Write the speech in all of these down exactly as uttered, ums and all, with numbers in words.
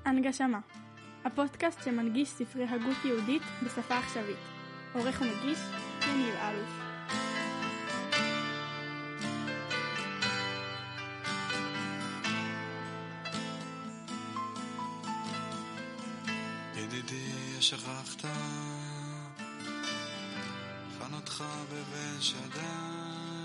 הנגשמה, הפודקאסט שמנגיש ספרי הגות יהודית בשפה עכשווית. עורך ומגיש, יניב אלוף. ידידי שכחת חנותך בבן שדי.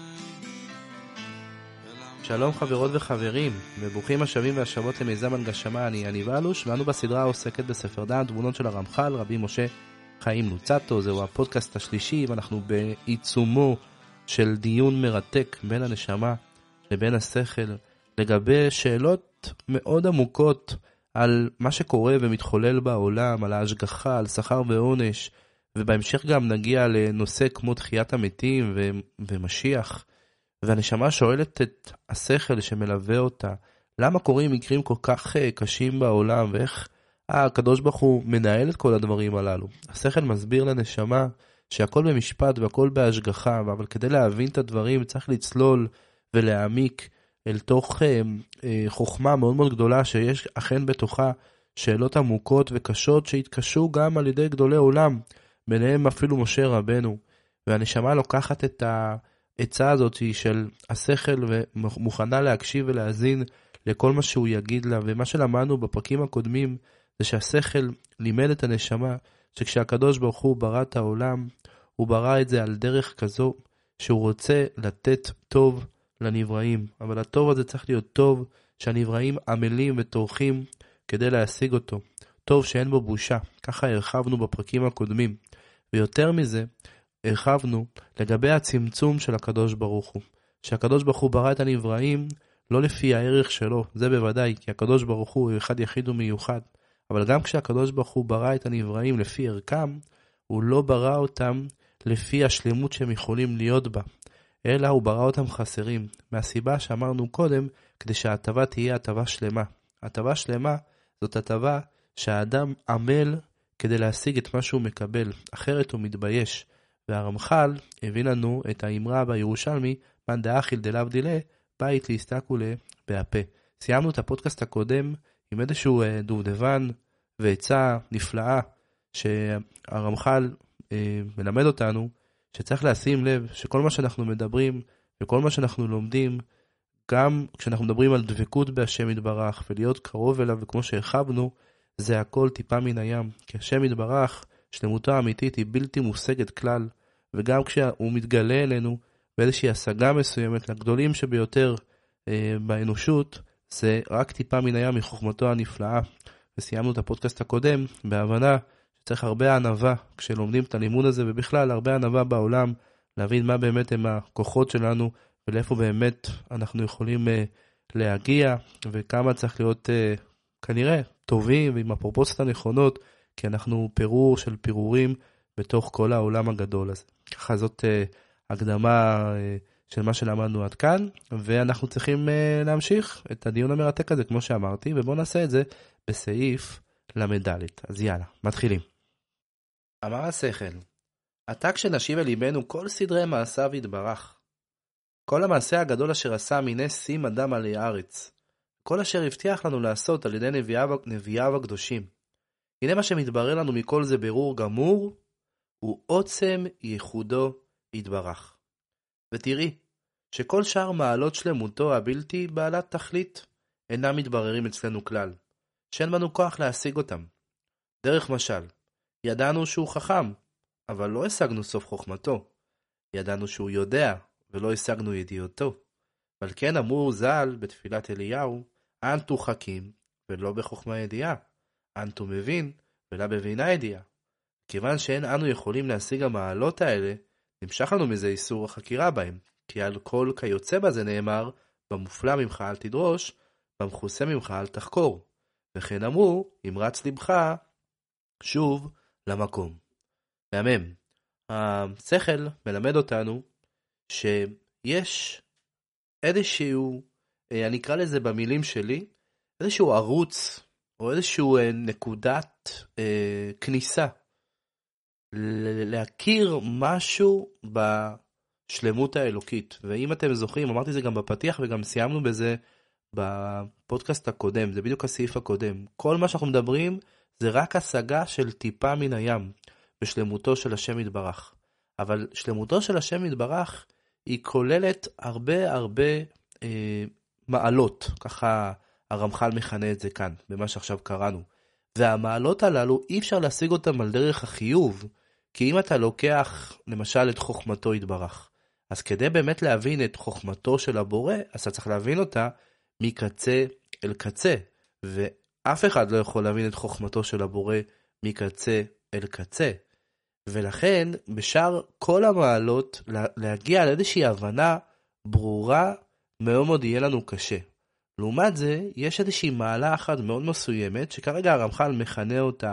שלום חברות וחברים, וברוכים השבים והשבות למיזם הנגשמה. אני יניב אלוף, ואנו בסדרה העוסקת בספר דן, תבונות של הרמח"ל, רבי משה חיים לוצטו. זהו הפודקאסט השלישי, ואנחנו בעיצומו של דיון מרתק בין הנשמה לבין השכל, לגבי שאלות מאוד עמוקות על מה שקורה ומתחולל בעולם, על ההשגחה, על שכר ועונש, ובהמשך גם נגיע לנושא כמו תחיית המתים ו- ומשיח. והנשמה שואלת את השכל שמלווה אותה, למה קורים מקרים כל כך קשים בעולם, ואיך הקדוש ברוך הוא מנהל את כל הדברים הללו. השכל מסביר לנשמה שהכל במשפט והכל בהשגחה, אבל כדי להבין את הדברים צריך לצלול ולהעמיק אל תוך אה, אה, חוכמה מאוד מאוד גדולה, שיש אכן בתוכה שאלות עמוקות וקשות שהתקשו גם על ידי גדולי עולם, ביניהם אפילו משה רבנו. והנשמה לוקחת את ה... העצה הזאת של השכל ומוכנה להקשיב ולהזין לכל מה שהוא יגיד לה. ומה שלמדנו בפרקים הקודמים זה שהשכל לימד את הנשמה שכשהקדוש ברוך הוא ברא את העולם, הוא ברא את זה על דרך כזו שהוא רוצה לתת טוב לנבראים, אבל הטוב הזה צריך להיות טוב שהנבראים עמלים וטורחים כדי להשיג אותו, טוב שאין בו בושה. ככה הרחבנו בפרקים הקודמים, ויותר מזה הרחבנו לגבי הצמצום של הקדוש ברוך הוא, שהקדוש ברוך הוא ברא את הנבראים לא לפי הערך שלו, זה בוודאי, כי הקדוש ברוך הוא אחד יחיד ומיוחד, אבל גם כשהקדוש ברוך הוא ברא את הנבראים לפי ערכם, הוא לא ברא אותם לפי השלמות שהם יכולים להיות בה, אלא הוא ברא אותם חסרים, מהסיבה שאמרנו קודם, כדי שההטבה תהיה הטבה שלמה. הטבה שלמה זאת הטבה שהאדם עמל כדי להשיג את מה שהוא מקבל, אחרת הוא מתבייש. והרמח"ל הביא לנו את האמרה בירושלמי, מן דאכיל דלאו דילה, בית להסתכלו בהפה. סיימנו את הפודקאסט הקודם עם איזשהו דובדבן ועצה נפלאה, שהרמח"ל אה, מלמד אותנו, שצריך לשים לב שכל מה שאנחנו מדברים וכל מה שאנחנו לומדים, גם כשאנחנו מדברים על דבקות בהשם יתברך ולהיות קרוב אליו, וכמו שהרחבנו, זה הכל טיפה מן הים, כי השם יתברך, שלמותו האמיתית היא בלתי מושגת כלל, וגם כשהוא מתגלה אלינו באיזושהי השגה מסוימת, לגדולים שביותר אה, באנושות, זה רק טיפה מן הים מחוכמתו הנפלאה. וסיימנו את הפודקאסט הקודם בהבנה שצריך הרבה ענווה כשלומדים את הלימוד הזה, ובכלל הרבה ענווה בעולם, להבין מה באמת הם הכוחות שלנו, ולאיפה באמת אנחנו יכולים אה, להגיע, וכמה צריך להיות אה, כנראה טובים ועם הפרופורציות הנכונות, כי אנחנו פירור של פירורים בתוך כל העולם הגדול הזה. ככה זאת uh, הקדמה uh, של מה שלמדנו עד כאן, ואנחנו צריכים uh, להמשיך את הדיון המרתק הזה, כמו שאמרתי, ובואו נעשה את זה בסעיף למדלת. אז יאללה, מתחילים. אמר השכל, עתה כשנשיב אל ליבנו כל סדרי מעשיו יתברך, כל המעשה הגדול אשר עשה מיני שים אדם עלי הארץ, כל אשר הבטיח לנו לעשות על ידי נביאיו, נביאיו הקדושים, הנה מה שמתברר לנו מכל זה ברור גמור, הוא עוצם ייחודו יתברך. ותראי, שכל שאר מעלות שלמותו הבלתי בעלת תכלית, אינם מתבררים אצלנו כלל, שאין בנו כוח להשיג אותם. דרך משל, ידענו שהוא חכם, אבל לא השגנו סוף חוכמתו. ידענו שהוא יודע, ולא השגנו ידיעותו. אבל כן אמרו ז"ל בתפילת אליהו, אנטו חכים, ולא בחוכמה ידיעה. אנטו מבין, ולא בבינה ידיעה. כיוון שאין אנו יכולים להשיג המעלות האלה, נמשך לנו מזה איסור החקירה בהם, כי על כל כיוצא בזה נאמר, במופלא ממך אל תדרוש, במחוסה ממך אל תחקור. וכן אמרו, אמרץ לבך, שוב למקום. מהמם. השכל מלמד אותנו שיש איזשהו, אני אקרא לזה במילים שלי, איזשהו ערוץ, או איזשהו נקודת אה, כניסה, להכיר משהו בשלמות האלוקית. ואם אתם זוכרים, אמרתי זה גם בפתיח וגם סיימנו בזה בפודקאסט הקודם, זה בדיוק הסעיף הקודם. כל מה שאנחנו מדברים זה רק השגה של טיפה מן הים, בשלמותו של השם יתברך. אבל שלמותו של השם יתברך היא כוללת הרבה הרבה אה, מעלות, ככה הרמח"ל מכנה את זה כאן, במה שעכשיו קראנו. והמעלות הללו אי אפשר להשיג אותם על דרך החיוב, כי אם אתה לוקח למשל את חוכמתו יתברך, אז כדי באמת להבין את חוכמתו של הבורא, אז אתה צריך להבין אותה מקצה אל קצה, ואף אחד לא יכול להבין את חוכמתו של הבורא מקצה אל קצה. ולכן בשאר כל המעלות להגיע לאיזושהי הבנה ברורה מאוד מאוד יהיה לנו קשה. לעומת זה יש איזושהי מעלה אחת מאוד מסוימת שכרגע הרמח"ל מכנה אותה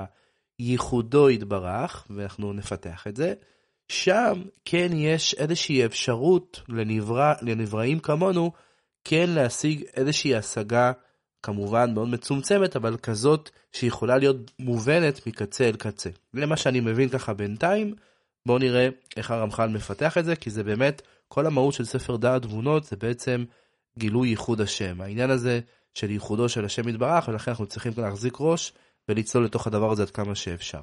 ייחודו יתברך, ואנחנו נפתח את זה. שם כן יש איזושהי אפשרות לנברא, לנבראים כמונו כן להשיג איזושהי השגה כמובן מאוד מצומצמת, אבל כזאת שיכולה להיות מובנת מקצה אל קצה. למה שאני מבין ככה בינתיים, בואו נראה איך הרמח"ל מפתח את זה, כי זה באמת, כל המהות של ספר דעת תבונות זה בעצם גילוי ייחוד השם. העניין הזה של ייחודו של השם יתברך, ולכן אנחנו צריכים להחזיק ראש ולצלול לתוך הדבר הזה עד כמה שאפשר.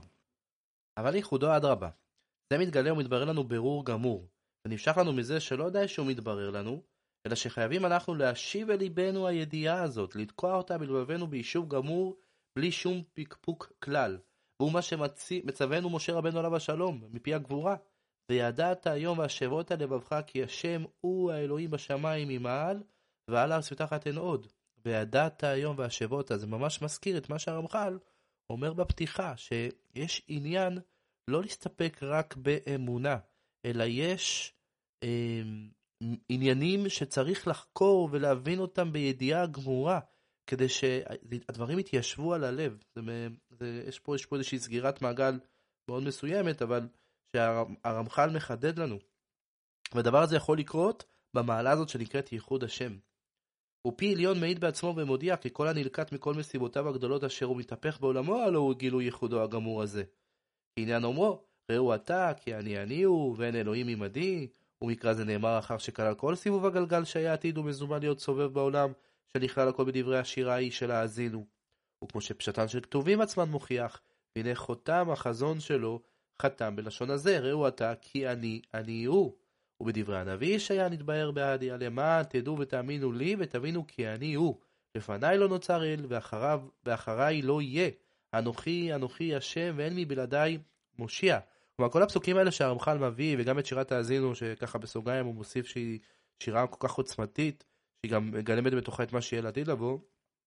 אבל ייחודו אדרבה. זה מתגלה ומתברר לנו ברור גמור, ונמשך לנו מזה שלא די שהוא מתברר לנו, אלא שחייבים אנחנו להשיב אל ליבנו הידיעה הזאת, לתקוע אותה בלבבנו ביישוב גמור, בלי שום פקפוק כלל. והוא מה שמצוונו משה רבנו עליו השלום, מפי הגבורה. וידעת היום והשבות על לבבך, כי השם הוא האלוהים בשמיים ממעל, ועל הארץ ותחת אין עוד. וידעת היום והשבות, אז זה ממש מזכיר את מה שהרמח"ל אומר בפתיחה, שיש עניין לא להסתפק רק באמונה, אלא יש אה, עניינים שצריך לחקור ולהבין אותם בידיעה גמורה, כדי שהדברים יתיישבו על הלב. זה, זה, יש פה, יש פה איזושהי סגירת מעגל מאוד מסוימת, אבל שהרמח"ל מחדד לנו. והדבר הזה יכול לקרות במעלה הזאת שנקראת ייחוד השם. ופי עליון מעיד בעצמו ומודיע, כי כל הנלקט מכל מסיבותיו הגדולות אשר הוא מתהפך בעולמו, הלא הוא גילוי ייחודו הגמור הזה. עניין אומרו, ראו אתה, כי אני אני הוא, ואין אלוהים עמדי, ומקרא זה נאמר אחר שכלל כל סיבוב הגלגל שהיה עתיד ומזומן להיות סובב בעולם, שנכלל הכל בדברי השירה ההיא של האזינו. וכמו שפשטן של כתובים עצמן מוכיח, והנה חותם החזון שלו, חתם בלשון הזה, ראו אתה, כי אני אני הוא. ובדברי הנביא שהיה נתבהר בעדי, למען תדעו ותאמינו לי ותבינו כי אני הוא. לפניי לא נוצר אל, ואחריו, ואחריי לא יהיה. אנוכי, אנוכי השם, ואין מבלעדיי מושיע. כלומר, כל הפסוקים האלה שהרמח"ל מביא, וגם את שירת האזינו, שככה בסוגריים הוא מוסיף שהיא שירה כל כך עוצמתית, שהיא גם מגלמת בתוכה את מה שיהיה לעתיד לבוא,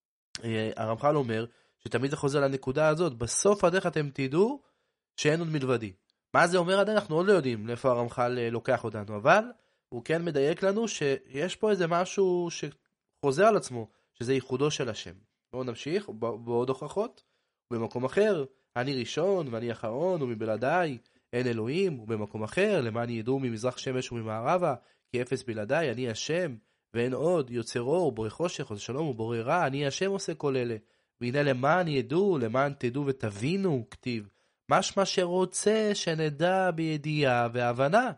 הרמח"ל אומר שתמיד זה חוזר לנקודה הזאת, בסוף הדרך אתם תדעו שאין עוד מלבדי. מה זה אומר עדיין? אנחנו עוד לא יודעים לאיפה הרמח"ל לוקח אותנו, אבל הוא כן מדייק לנו שיש פה איזה משהו שחוזר על עצמו, שזה ייחודו של השם. בואו נמשיך, בעוד הוכחות. ובמקום אחר, אני ראשון ואני אחרון ומבלעדיי אין אלוהים, ובמקום אחר, למען ידעו ממזרח שמש וממערבה, כי אפס בלעדיי, אני השם, ואין עוד, יוצרו ובורא חושך, עושה שלום ובורא רע, אני השם עושה כל אלה. והנה למען ידעו, למען תדעו ותבינו, כתיב, משמע שרוצה שנדע בידיעה והבנה.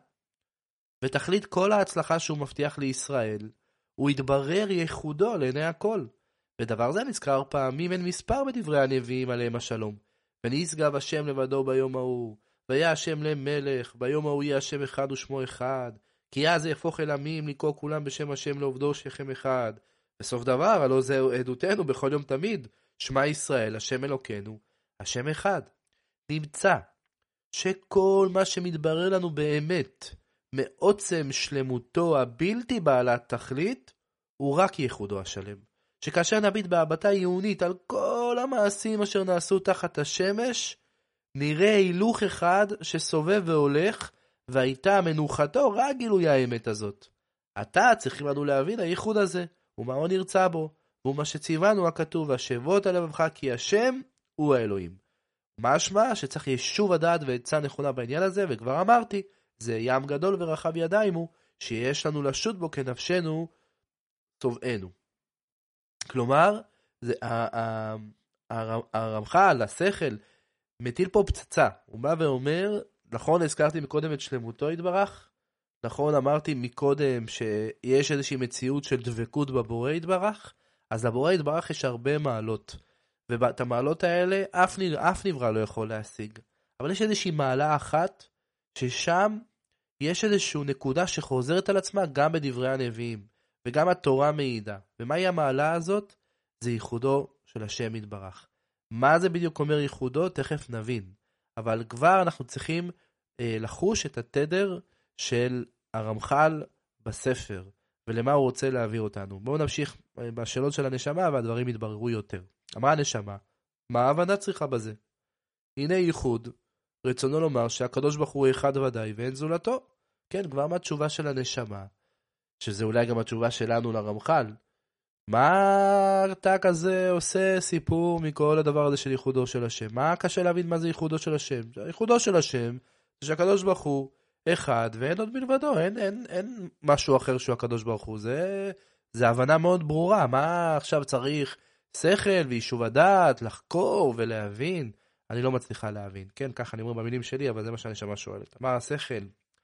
ותכלית כל ההצלחה שהוא מבטיח לישראל, הוא יתברר ייחודו לעיני הכל. ודבר זה נזכר פעמים אין מספר בדברי הנביאים עליהם השלום. ונשגב השם לבדו ביום ההוא, והיה השם למלך, ביום ההוא יהיה השם אחד ושמו אחד, כי אז יהפוך אל עמים לקרוא כולם בשם השם לעובדו שכם אחד. בסוף דבר, הלא זה עדותנו בכל יום תמיד, שמע ישראל, השם אלוקנו, השם אחד. נמצא שכל מה שמתברר לנו באמת, מעוצם שלמותו הבלתי בעלת תכלית, הוא רק ייחודו השלם. שכאשר נביט בהבטה עיונית על כל המעשים אשר נעשו תחת השמש, נראה הילוך אחד שסובב והולך, והייתה מנוחתו רק גילוי האמת הזאת. עתה צריכים לנו להבין הייחוד הזה, ומה הוא נרצה בו, ומה שציוונו הכתוב, השבות על לבבך כי השם הוא האלוהים. משמע שצריך יישוב הדעת ועצה נכונה בעניין הזה, וכבר אמרתי, זה ים גדול ורחב ידיים הוא, שיש לנו לשוט בו כנפשנו תובענו. כלומר, זה, הרמח"ל, השכל, מטיל פה פצצה. הוא בא ואומר, נכון, הזכרתי מקודם את שלמותו יתברך, נכון, אמרתי מקודם שיש איזושהי מציאות של דבקות בבורא יתברך, אז לבורא יתברך יש הרבה מעלות, ואת המעלות האלה אף, אף נברא לא יכול להשיג. אבל יש איזושהי מעלה אחת, ששם יש איזושהי נקודה שחוזרת על עצמה גם בדברי הנביאים, וגם התורה מעידה. ומהי המעלה הזאת? זה ייחודו של השם יתברך. מה זה בדיוק אומר ייחודו? תכף נבין. אבל כבר אנחנו צריכים אה, לחוש את התדר של הרמח"ל בספר, ולמה הוא רוצה להעביר אותנו. בואו נמשיך בשאלות של הנשמה, והדברים יתבררו יותר. אמרה הנשמה, מה ההבנה צריכה בזה? הנה ייחוד, רצונו לומר שהקדוש ברוך הוא אחד ודאי ואין זולתו. כן, כבר מהתשובה של הנשמה, שזה אולי גם התשובה שלנו לרמח"ל. מה אתה כזה עושה סיפור מכל הדבר הזה של ייחודו של השם? מה קשה להבין מה זה ייחודו של השם? ייחודו של השם זה שהקדוש ברוך הוא אחד ואין עוד מלבדו, אין, אין, אין משהו אחר שהוא הקדוש ברוך הוא. זה, זה הבנה מאוד ברורה. מה עכשיו צריך שכל ויישוב הדעת, לחקור ולהבין? אני לא מצליחה להבין. כן, ככה אני אומר במילים שלי, אבל זה מה שהנשמה שואלת. מה השכל?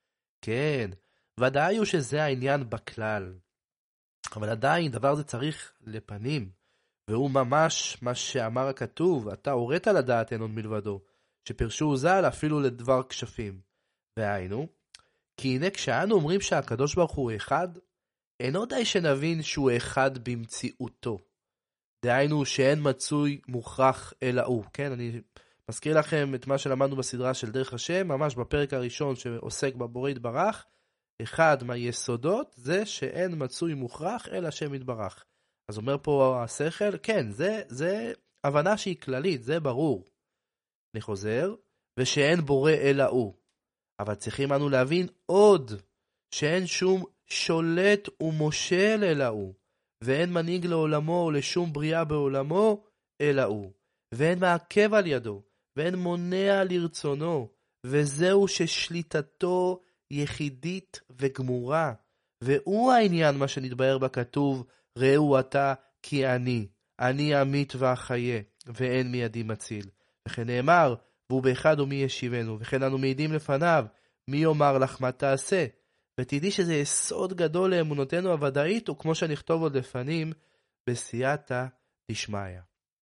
כן, ודאי הוא שזה העניין בכלל. אבל עדיין דבר זה צריך לפנים, והוא ממש מה שאמר הכתוב, אתה הורית לדעת אין עוד מלבדו, שפרשו ז"ל אפילו לדבר כשפים. והיינו, כי הנה כשאנו אומרים שהקדוש ברוך הוא אחד, אינו די שנבין שהוא אחד במציאותו. דהיינו שאין מצוי מוכרח אלא הוא. כן, אני מזכיר לכם את מה שלמדנו בסדרה של דרך השם, ממש בפרק הראשון שעוסק בבורא יתברך, אחד מהיסודות זה שאין מצוי מוכרח אלא השם יתברך. אז אומר פה השכל, כן, זה, זה הבנה שהיא כללית, זה ברור. אני חוזר, ושאין בורא אלא הוא. אבל צריכים אנו להבין עוד, שאין שום שולט ומושל אלא הוא, ואין מנהיג לעולמו או לשום בריאה בעולמו אלא הוא, ואין מעכב על ידו, ואין מונע לרצונו, וזהו ששליטתו יחידית וגמורה, והוא העניין מה שנתבהר בכתוב, ראו אתה כי אני, אני אמית ואחיה, ואין מידי מציל. וכן נאמר, והוא באחד ומי ישיבנו, וכן אנו מעידים לפניו, מי יאמר לך מה תעשה? ותדעי שזה יסוד גדול לאמונותינו הוודאית, וכמו שנכתוב עוד לפנים, בסייעתא דשמיא.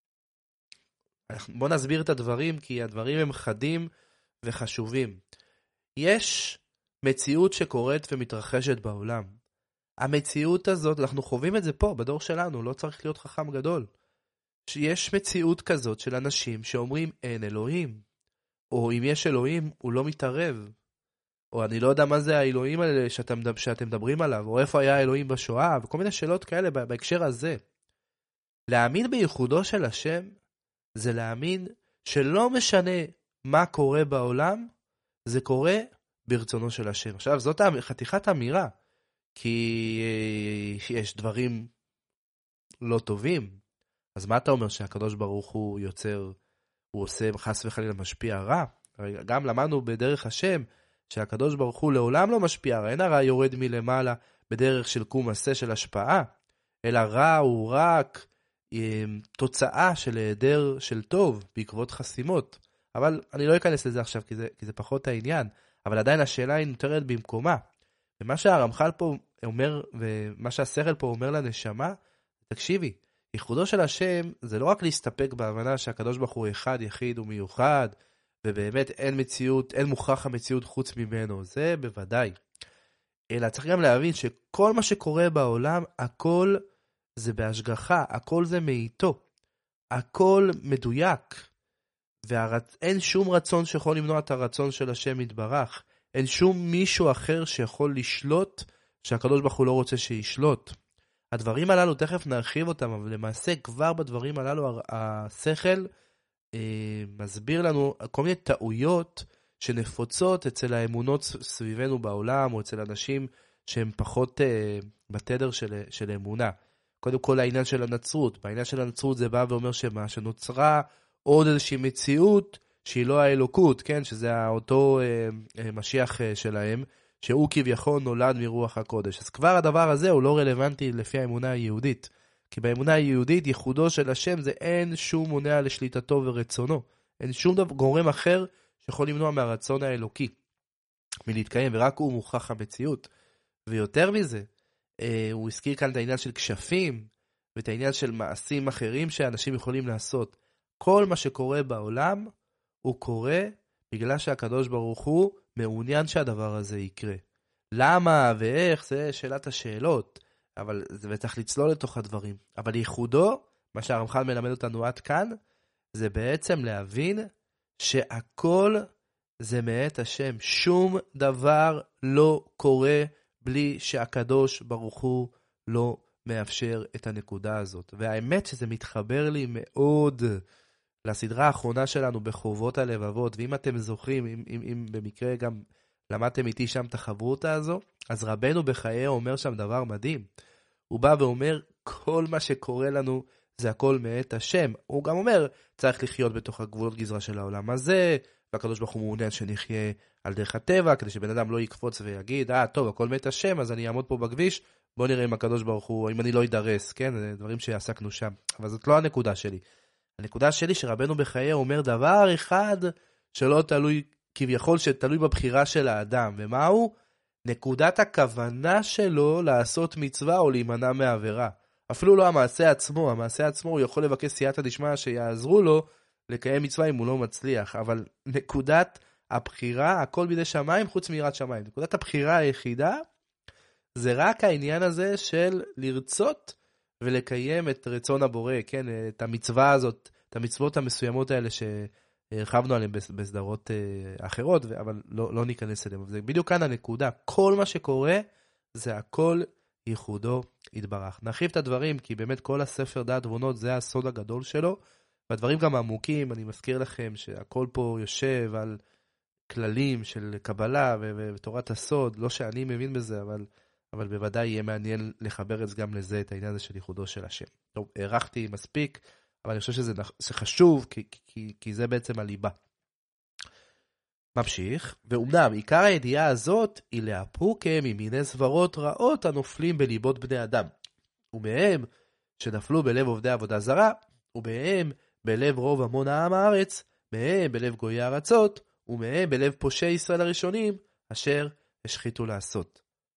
בואו נסביר את הדברים, כי הדברים הם חדים וחשובים. יש מציאות שקורית ומתרחשת בעולם. המציאות הזאת, אנחנו חווים את זה פה, בדור שלנו, לא צריך להיות חכם גדול. שיש מציאות כזאת של אנשים שאומרים אין אלוהים, או אם יש אלוהים הוא לא מתערב, או אני לא יודע מה זה האלוהים האלה שאתם, שאתם מדברים עליו, או איפה היה האלוהים בשואה, וכל מיני שאלות כאלה בהקשר הזה. להאמין בייחודו של השם, זה להאמין שלא משנה מה קורה בעולם, זה קורה ברצונו של השם. עכשיו, זאת חתיכת אמירה, כי יש דברים לא טובים. אז מה אתה אומר שהקדוש ברוך הוא יוצר, הוא עושה חס וחלילה משפיע רע? גם למדנו בדרך השם, שהקדוש ברוך הוא לעולם לא משפיע רע, אין הרע יורד מלמעלה בדרך של קום עשה של השפעה, אלא רע הוא רק תוצאה של היעדר של טוב בעקבות חסימות. אבל אני לא אכנס לזה עכשיו כי זה, כי זה פחות העניין, אבל עדיין השאלה היא נותרת במקומה. ומה שהרמח"ל פה אומר, ומה שהשכל פה אומר לנשמה, תקשיבי, ייחודו של השם זה לא רק להסתפק בהבנה שהקדוש ברוך הוא אחד, יחיד ומיוחד, ובאמת אין מציאות, אין מוכרח המציאות חוץ ממנו, זה בוודאי. אלא צריך גם להבין שכל מה שקורה בעולם, הכל זה בהשגחה, הכל זה מאיתו, הכל מדויק, ואין שום רצון שיכול למנוע את הרצון של השם יתברך, אין שום מישהו אחר שיכול לשלוט, שהקדוש ברוך הוא לא רוצה שישלוט. הדברים הללו תכף נרחיב אותם, אבל למעשה כבר בדברים הללו השכל אה, מסביר לנו כל מיני טעויות שנפוצות אצל האמונות סביבנו בעולם, או אצל אנשים שהם פחות אה, בתדר של, של אמונה. קודם כל העניין של הנצרות, בעניין של הנצרות זה בא ואומר שמה, שנוצרה עוד איזושהי מציאות שהיא לא האלוקות, כן? שזה אותו אה, אה, משיח אה, שלהם, שהוא כביכול נולד מרוח הקודש. אז כבר הדבר הזה הוא לא רלוונטי לפי האמונה היהודית. כי באמונה היהודית ייחודו של השם זה אין שום מונע לשליטתו ורצונו. אין שום דבר, גורם אחר שיכול למנוע מהרצון האלוקי מלהתקיים, ורק הוא מוכח המציאות. ויותר מזה, אה, הוא הזכיר כאן את העניין של כשפים, ואת העניין של מעשים אחרים שאנשים יכולים לעשות. כל מה שקורה בעולם, הוא קורה בגלל שהקדוש ברוך הוא מעוניין שהדבר הזה יקרה. למה ואיך, זה שאלת השאלות, אבל זה צריך לצלול לתוך הדברים. אבל ייחודו, מה שהרמח"ל מלמד אותנו עד כאן, זה בעצם להבין שהכל זה מאת השם. שום דבר לא קורה בלי שהקדוש ברוך הוא לא מאפשר את הנקודה הזאת. והאמת שזה מתחבר לי מאוד לסדרה האחרונה שלנו בחובות הלבבות, ואם אתם זוכרים, אם, אם, אם במקרה גם למדתם איתי שם את החברותה הזו, אז רבנו בחיי אומר שם דבר מדהים. הוא בא ואומר, כל מה שקורה לנו זה הכל מאת השם. הוא גם אומר, צריך לחיות בתוך הגבולות גזרה של העולם הזה, והקדוש ברוך הוא מעוניין שנחיה על דרך הטבע, כדי שבן אדם לא יקפוץ ויגיד, אה, טוב, הכל מאת השם, אז אני אעמוד פה בכביש, בוא נראה אם הקדוש ברוך הוא, אם אני לא ידרס, כן? זה דברים שעסקנו שם. אבל זאת לא הנקודה שלי. הנקודה שלי שרבנו בחיי אומר דבר אחד שלא תלוי, כביכול שתלוי בבחירה של האדם. ומהו? נקודת הכוונה שלו לעשות מצווה או להימנע מעבירה. אפילו לא המעשה עצמו, המעשה עצמו הוא יכול לבקש סייעתא דשמיא שיעזרו לו לקיים מצווה אם הוא לא מצליח, אבל נקודת הבחירה, הכל בידי שמיים חוץ מיראת שמיים. נקודת הבחירה היחידה זה רק העניין הזה של לרצות ולקיים את רצון הבורא, כן, את המצווה הזאת, את המצוות המסוימות האלה שהרחבנו עליהן בסדרות אחרות, אבל לא, לא ניכנס אליהם. זה בדיוק כאן הנקודה, כל מה שקורה זה הכל ייחודו יתברך. נרחיב את הדברים, כי באמת כל הספר דעת תבונות זה הסוד הגדול שלו, והדברים גם עמוקים. אני מזכיר לכם שהכל פה יושב על כללים של קבלה ותורת הסוד, לא שאני מבין בזה, אבל, אבל בוודאי יהיה מעניין לחבר את זה גם לזה, את העניין הזה של ייחודו של השם. טוב, הערכתי מספיק, אבל אני חושב שזה חשוב, כי, כי, כי זה בעצם הליבה. ממשיך, ואומנם עיקר הידיעה הזאת היא להפוקם ממיני סברות רעות הנופלים בליבות בני אדם, ומהם שנפלו בלב עובדי עבודה זרה, ומהם בלב רוב המון העם הארץ, מהם בלב גויי הארצות, ומהם בלב פושעי ישראל הראשונים, אשר השחיתו לעשות.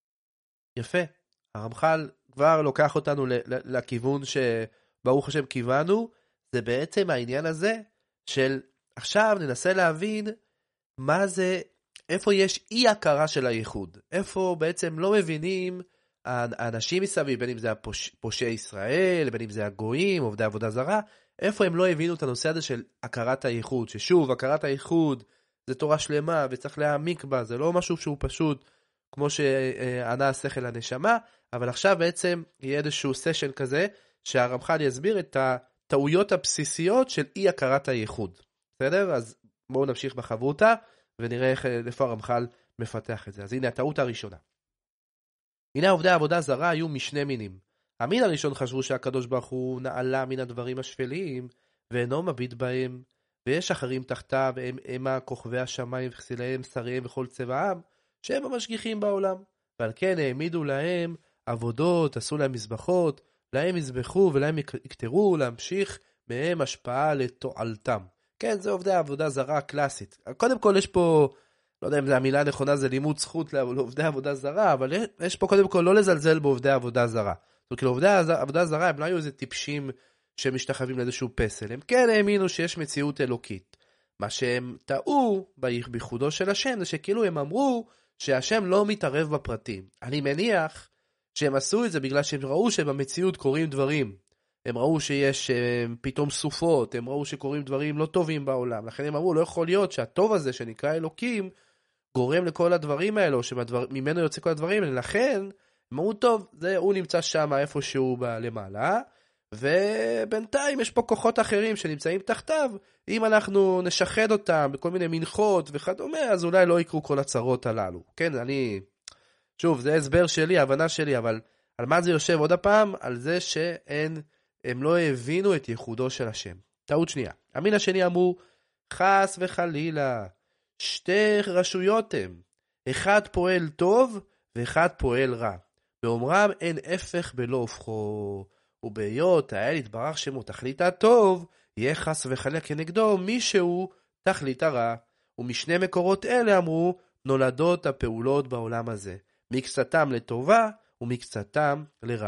יפה, הרמח"ל כבר לוקח אותנו לכיוון שברוך השם כיוונו, זה בעצם העניין הזה של עכשיו ננסה להבין מה זה, איפה יש אי הכרה של הייחוד, איפה בעצם לא מבינים האנשים מסביב, בין אם זה הפושעי ישראל, בין אם זה הגויים, עובדי עבודה זרה, איפה הם לא הבינו את הנושא הזה של הכרת הייחוד, ששוב, הכרת הייחוד זה תורה שלמה וצריך להעמיק בה, זה לא משהו שהוא פשוט כמו שענה השכל הנשמה, אבל עכשיו בעצם יהיה איזשהו סשן כזה, שהרמח"ל יסביר את הטעויות הבסיסיות של אי הכרת הייחוד. בסדר? אז בואו נמשיך בחברותה, ונראה איך, איפה הרמח"ל מפתח את זה. אז הנה הטעות הראשונה. הנה עובדי העבודה זרה היו משני מינים. המין הראשון חשבו שהקדוש ברוך הוא נעלה מן הדברים השפלים, ואינו מביט בהם, ויש אחרים תחתיו, הם המה כוכבי השמיים וכסיליהם, שריהם וכל צבעם, שהם המשגיחים בעולם. ועל כן העמידו להם עבודות, עשו להם מזבחות, להם יזבחו ולהם יקטרו, להמשיך מהם השפעה לתועלתם. כן, זה עובדי העבודה זרה הקלאסית. קודם כל יש פה, לא יודע אם זה המילה הנכונה, זה לימוד זכות לעובדי עבודה זרה, אבל יש פה קודם כל לא לזלזל בעובדי עבודה זרה. זאת אומרת, עובדי עבודה זרה הם לא היו איזה טיפשים שמשתחווים לאיזשהו פסל. הם כן האמינו שיש מציאות אלוקית. מה שהם טעו בייחודו של השם, זה שכאילו הם אמרו שהשם לא מתערב בפרטים. אני מניח שהם עשו את זה בגלל שהם ראו שבמציאות קורים דברים. הם ראו שיש פתאום סופות, הם ראו שקורים דברים לא טובים בעולם. לכן הם אמרו, לא יכול להיות שהטוב הזה שנקרא אלוקים, גורם לכל הדברים האלו, שממנו יוצא כל הדברים האלה. לכן, הם אמרו, טוב, זה, הוא נמצא שם איפשהו למעלה, ובינתיים יש פה כוחות אחרים שנמצאים תחתיו, אם אנחנו נשחד אותם בכל מיני מנחות וכדומה, אז אולי לא יקרו כל הצרות הללו. כן, אני, שוב, זה הסבר שלי, הבנה שלי, אבל על מה זה יושב עוד הפעם? על זה שאין, הם לא הבינו את ייחודו של השם. טעות שנייה. המין השני אמרו, חס וחלילה, שתי רשויות הם, אחד פועל טוב ואחד פועל רע. באומרם אין הפך בלא הופכו, ובהיות האל יתברך שמו תכלית הטוב, יהיה חס וחלילה כנגדו מישהו תכלית הרע. ומשני מקורות אלה אמרו, נולדות הפעולות בעולם הזה, מקצתם לטובה ומקצתם לרעה.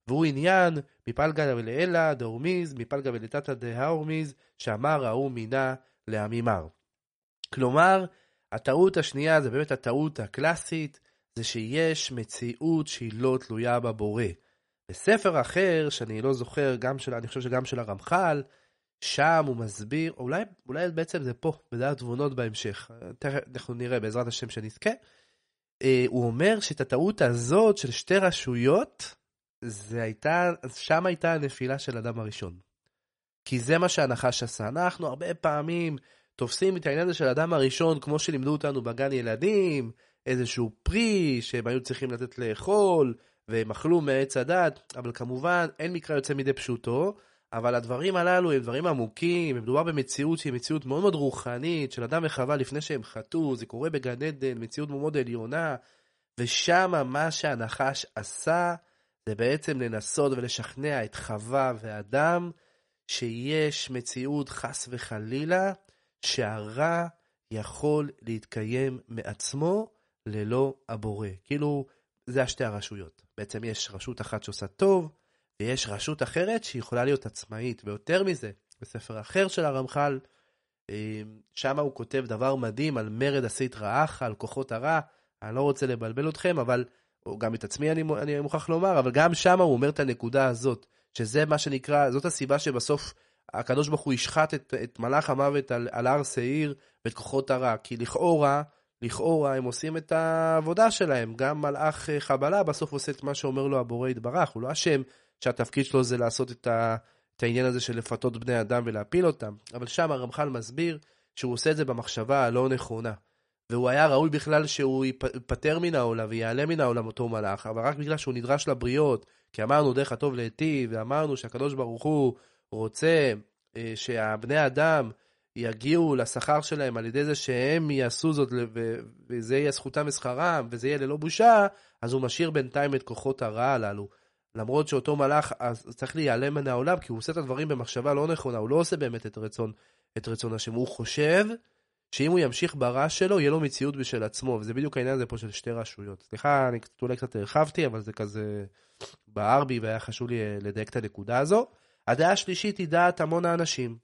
והוא עניין מפלגה ולאלה דהורמיז, מפלגה ולתתא דהורמיז, שאמר ההוא מינה לעמימר. כלומר, הטעות השנייה זה באמת הטעות הקלאסית, זה שיש מציאות שהיא לא תלויה בבורא. בספר אחר, שאני לא זוכר, גם של, אני חושב שגם של הרמח"ל, שם הוא מסביר, אולי, אולי בעצם זה פה, בדעת תבונות בהמשך, אנחנו נראה בעזרת השם שנזכה, הוא אומר שאת הטעות הזאת של שתי רשויות, זה הייתה, שם הייתה הנפילה של אדם הראשון. כי זה מה שהנחש עשה. אנחנו הרבה פעמים תופסים את העניין הזה של אדם הראשון, כמו שלימדו אותנו בגן ילדים, איזשהו פרי שהם היו צריכים לתת לאכול, והם אכלו מעץ הדת, אבל כמובן אין מקרא יוצא מידי פשוטו, אבל הדברים הללו הם דברים עמוקים, הם מדובר במציאות שהיא מציאות מאוד מאוד רוחנית, של אדם וחווה לפני שהם חטאו, זה קורה בגן עדן, מציאות מאוד עליונה, ושם מה שהנחש עשה, זה בעצם לנסות ולשכנע את חווה ואדם, שיש מציאות חס וחלילה, שהרע יכול להתקיים מעצמו ללא הבורא. כאילו, זה השתי הרשויות. בעצם יש רשות אחת שעושה טוב, ויש רשות אחרת שיכולה להיות עצמאית. ויותר מזה, בספר אחר של הרמח"ל, שם הוא כותב דבר מדהים על מרד עשית רעך, על כוחות הרע. אני לא רוצה לבלבל אתכם, אבל, או גם את עצמי אני, אני מוכרח לומר, אבל גם שם הוא אומר את הנקודה הזאת, שזה מה שנקרא, זאת הסיבה שבסוף הקדוש ברוך הוא ישחט את, את מלאך המוות על, על הר שעיר ואת כוחות הרע, כי לכאורה, לכאורה הם עושים את העבודה שלהם, גם מלאך חבלה בסוף עושה את מה שאומר לו הבורא יתברך, הוא לא אשם שהתפקיד שלו זה לעשות את, ה, את העניין הזה של לפתות בני אדם ולהפיל אותם, אבל שם הרמח"ל מסביר שהוא עושה את זה במחשבה הלא נכונה, והוא היה ראוי בכלל שהוא ייפטר מן העולם ויעלה מן העולם אותו מלאך, אבל רק בגלל שהוא נדרש לבריות, כי אמרנו דרך הטוב להיטיב, ואמרנו שהקדוש ברוך הוא רוצה אה, שהבני אדם יגיעו לשכר שלהם על ידי זה שהם יעשו זאת, ו- וזה יהיה זכותם ושכרם, וזה יהיה ללא בושה, אז הוא משאיר בינתיים את כוחות הרע הללו. למרות שאותו מלאך אז צריך להיעלם מן העולם, כי הוא עושה את הדברים במחשבה לא נכונה, הוא לא עושה באמת את רצון, את רצון השם, הוא חושב שאם הוא ימשיך ברע שלו, יהיה לו מציאות בשל עצמו, וזה בדיוק העניין הזה פה של שתי רשויות. סליחה, אני אולי קצת הרחבתי, אבל זה כזה בער בי, והיה חשוב לי לדייק את הנקודה הזו. הדעה השלישית היא דעת המון האנשים,